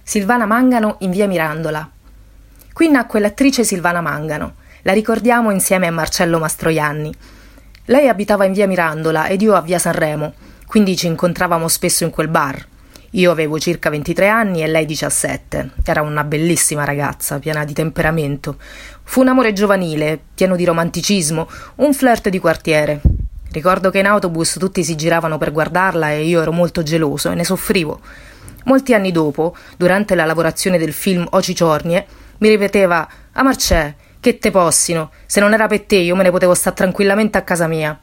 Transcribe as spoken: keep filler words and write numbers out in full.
Silvana Mangano in via Mirandola. Qui nacque l'attrice Silvana Mangano. La ricordiamo insieme a Marcello Mastroianni. Lei abitava in via Mirandola ed io a via Sanremo, quindi ci incontravamo spesso in quel bar. Io avevo circa ventitré anni e lei diciassette. Era una bellissima ragazza, piena di temperamento. Fu un amore giovanile, pieno di romanticismo, un flirt di quartiere. Ricordo che in autobus tutti si giravano per guardarla e io ero molto geloso e ne soffrivo. Molti anni dopo, durante la lavorazione del film O Ciciornie, mi ripeteva: «Ah Marcè, che te possino, se non era per te io me ne potevo stare tranquillamente a casa mia».